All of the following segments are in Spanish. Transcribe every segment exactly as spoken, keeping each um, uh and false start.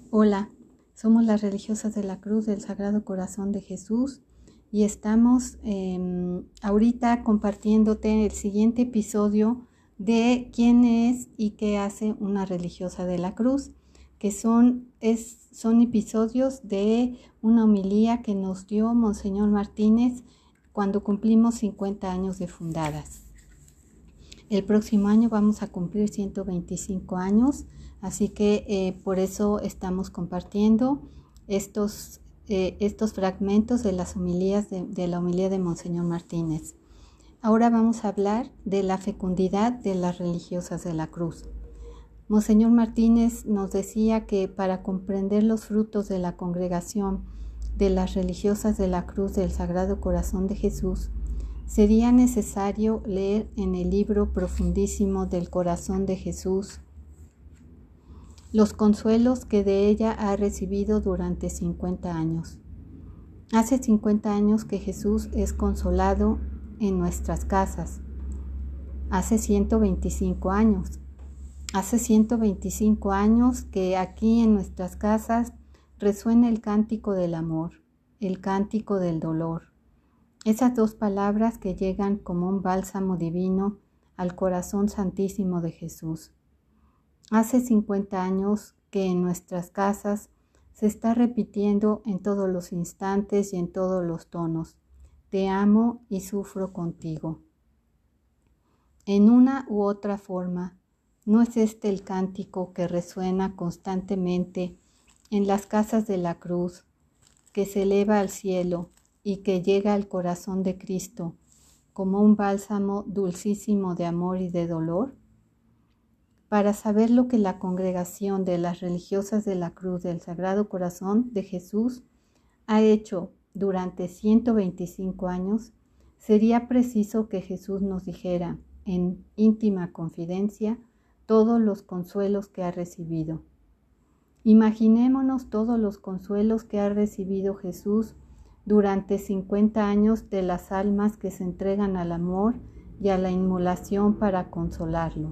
Hola, somos las religiosas de la Cruz del Sagrado Corazón de Jesús y estamos eh, ahorita compartiéndote el siguiente episodio de quién es y qué hace una religiosa de la Cruz, que son, es, son episodios de una homilía que nos dio Monseñor Martínez cuando cumplimos cincuenta años de fundadas. El próximo año vamos a cumplir ciento veinticinco años, así que eh, por eso estamos compartiendo estos, eh, estos fragmentos de las homilías de, de la homilía de Monseñor Martínez. Ahora vamos a hablar de la fecundidad de las religiosas de la Cruz. Monseñor Martínez nos decía que para comprender los frutos de la congregación de las religiosas de la Cruz del Sagrado Corazón de Jesús, sería necesario leer en el libro profundísimo del Corazón de Jesús los consuelos que de ella ha recibido durante cincuenta años. Hace cincuenta años que Jesús es consolado en nuestras casas. Hace ciento veinticinco años. Hace ciento veinticinco años que aquí en nuestras casas resuena el cántico del amor, el cántico del dolor. Esas dos palabras que llegan como un bálsamo divino al corazón santísimo de Jesús. Hace cincuenta años que en nuestras casas se está repitiendo en todos los instantes y en todos los tonos: te amo y sufro contigo. En una u otra forma, ¿no es este el cántico que resuena constantemente en las casas de la Cruz, que se eleva al cielo y que llega al corazón de Cristo como un bálsamo dulcísimo de amor y de dolor? Para saber lo que la congregación de las religiosas de la Cruz del Sagrado Corazón de Jesús ha hecho durante ciento veinticinco años, sería preciso que Jesús nos dijera en íntima confidencia todos los consuelos que ha recibido. Imaginémonos todos los consuelos que ha recibido Jesús durante cincuenta años de las almas que se entregan al amor y a la inmolación para consolarlo.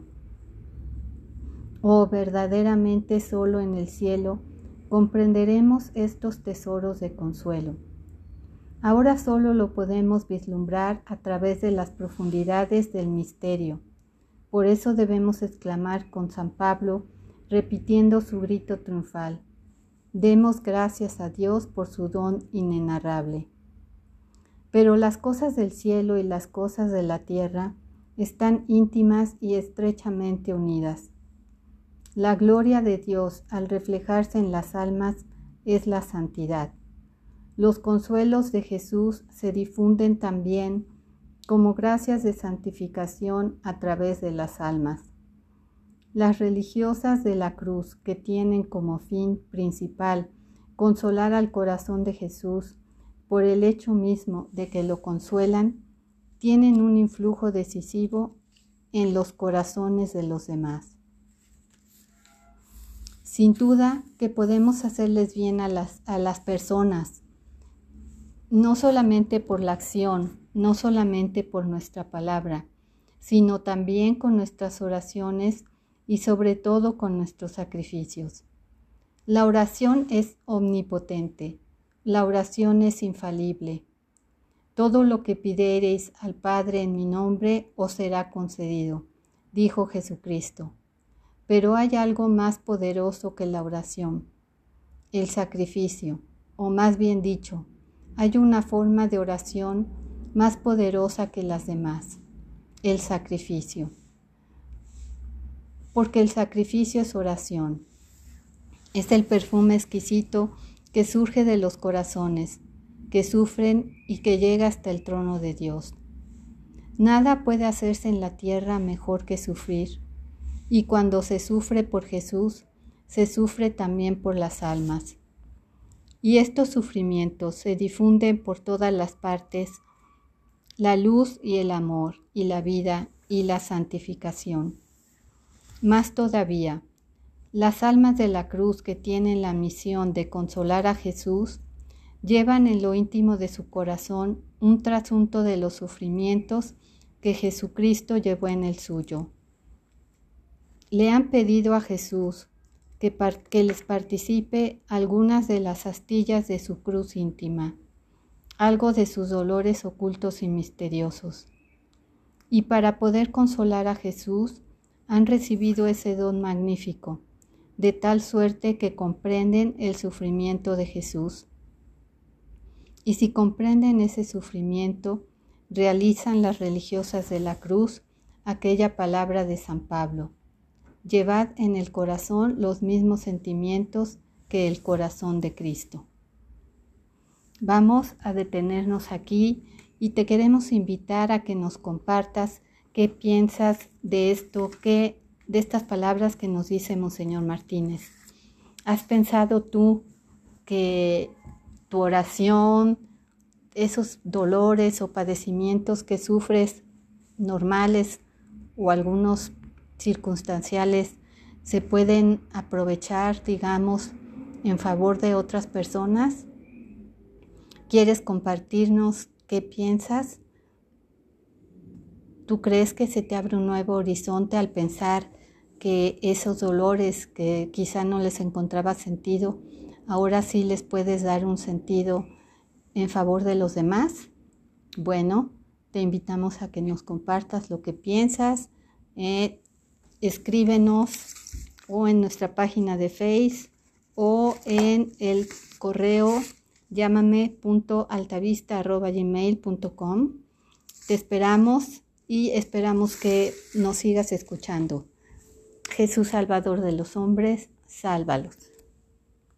Oh, verdaderamente solo en el cielo comprenderemos estos tesoros de consuelo. Ahora solo lo podemos vislumbrar a través de las profundidades del misterio. Por eso debemos exclamar con San Pablo, repitiendo su grito triunfal: demos gracias a Dios por su don inenarrable. Pero las cosas del cielo y las cosas de la tierra están íntimas y estrechamente unidas. La gloria de Dios al reflejarse en las almas es la santidad. Los consuelos de Jesús se difunden también como gracias de santificación a través de las almas. Las religiosas de la Cruz, que tienen como fin principal consolar al corazón de Jesús por el hecho mismo de que lo consuelan, tienen un influjo decisivo en los corazones de los demás. Sin duda que podemos hacerles bien a las, a las personas, no solamente por la acción, no solamente por nuestra palabra, sino también con nuestras oraciones y sobre todo con nuestros sacrificios. La oración es omnipotente, la oración es infalible. Todo lo que pidiereis al Padre en mi nombre os será concedido, dijo Jesucristo. Pero hay algo más poderoso que la oración, el sacrificio, o más bien dicho, hay una forma de oración más poderosa que las demás, el sacrificio. Porque el sacrificio es oración, es el perfume exquisito que surge de los corazones, que sufren y que llega hasta el trono de Dios. Nada puede hacerse en la tierra mejor que sufrir. Y cuando se sufre por Jesús, se sufre también por las almas. Y estos sufrimientos se difunden por todas las partes, la luz y el amor, y la vida y la santificación. Más todavía, las almas de la Cruz que tienen la misión de consolar a Jesús, llevan en lo íntimo de su corazón un trasunto de los sufrimientos que Jesucristo llevó en el suyo. Le han pedido a Jesús, que, par- que les participe algunas de las astillas de su cruz íntima, algo de sus dolores ocultos y misteriosos. Y para poder consolar a Jesús, han recibido ese don magnífico, de tal suerte que comprenden el sufrimiento de Jesús. Y si comprenden ese sufrimiento, realizan las religiosas de la cruz aquella palabra de San Pablo: llevad en el corazón los mismos sentimientos que el corazón de Cristo. Vamos a detenernos aquí y te queremos invitar a que nos compartas qué piensas de esto, qué, de estas palabras que nos dice Monseñor Martínez. ¿Has pensado tú que tu oración, esos dolores o padecimientos que sufres normales o algunos circunstanciales, se pueden aprovechar, digamos, en favor de otras personas? ¿Quieres compartirnos qué piensas? ¿Tú crees que se te abre un nuevo horizonte al pensar que esos dolores que quizá no les encontraba sentido, ahora sí les puedes dar un sentido en favor de los demás? Bueno, te invitamos a que nos compartas lo que piensas. Eh, escríbenos o en nuestra página de Facebook o en el correo llámame punto altavista arroba gmail punto com. Te esperamos y esperamos que nos sigas escuchando. Jesús, Salvador de los hombres, sálvalos.